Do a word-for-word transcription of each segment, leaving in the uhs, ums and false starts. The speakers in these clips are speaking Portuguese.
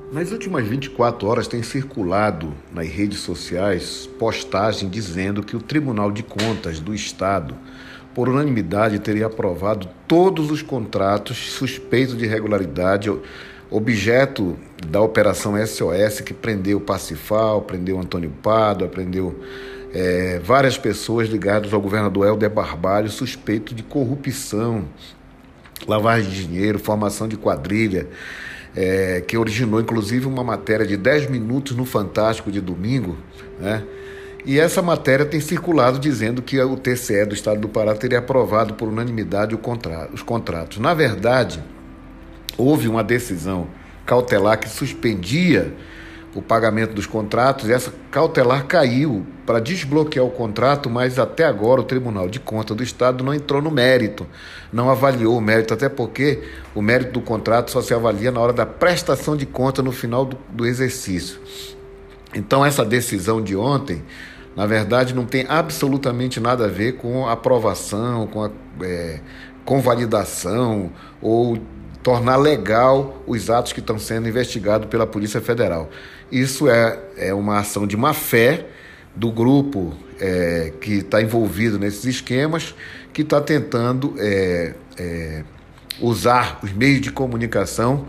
Nas últimas vinte e quatro horas tem circulado nas redes sociais postagem dizendo que o Tribunal de Contas do Estado, por unanimidade, teria aprovado todos os contratos suspeitos de irregularidade, objeto da Operação S O S, que prendeu Pacifal, prendeu Antônio Pádua, prendeu é, várias pessoas ligadas ao governador Helder Barbalho, suspeito de corrupção, lavagem de dinheiro, formação de quadrilha, É, que originou inclusive uma matéria de dez minutos no Fantástico de domingo, né? E essa matéria tem circulado dizendo que o T C E do Estado do Pará teria aprovado por unanimidade o contra... os contratos. Na verdade, houve uma decisão cautelar que suspendia o pagamento dos contratos, e essa cautelar caiu para desbloquear o contrato, mas até agora o Tribunal de Contas do Estado não entrou no mérito, não avaliou o mérito, até porque o mérito do contrato só se avalia na hora da prestação de conta no final do, do exercício. Então essa decisão de ontem, na verdade, não tem absolutamente nada a ver com a aprovação, com a é, convalidação ou tornar legal os atos que estão sendo investigados pela Polícia Federal. Isso é, é uma ação de má-fé do grupo é, que está envolvido nesses esquemas, que está tentando é, é, usar os meios de comunicação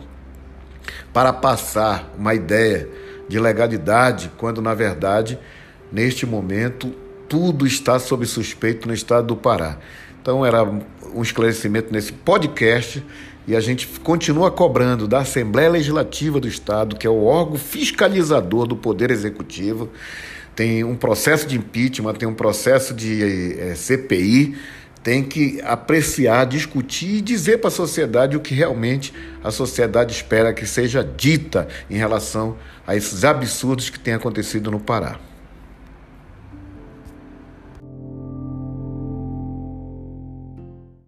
para passar uma ideia de legalidade, quando, na verdade, neste momento, tudo está sob suspeito no estado do Pará. Então, era um esclarecimento nesse podcast, e a gente continua cobrando da Assembleia Legislativa do Estado, que é o órgão fiscalizador do Poder Executivo. Tem um processo de impeachment, tem um processo de é, C P I, tem que apreciar, discutir e dizer para a sociedade o que realmente a sociedade espera que seja dita em relação a esses absurdos que têm acontecido no Pará.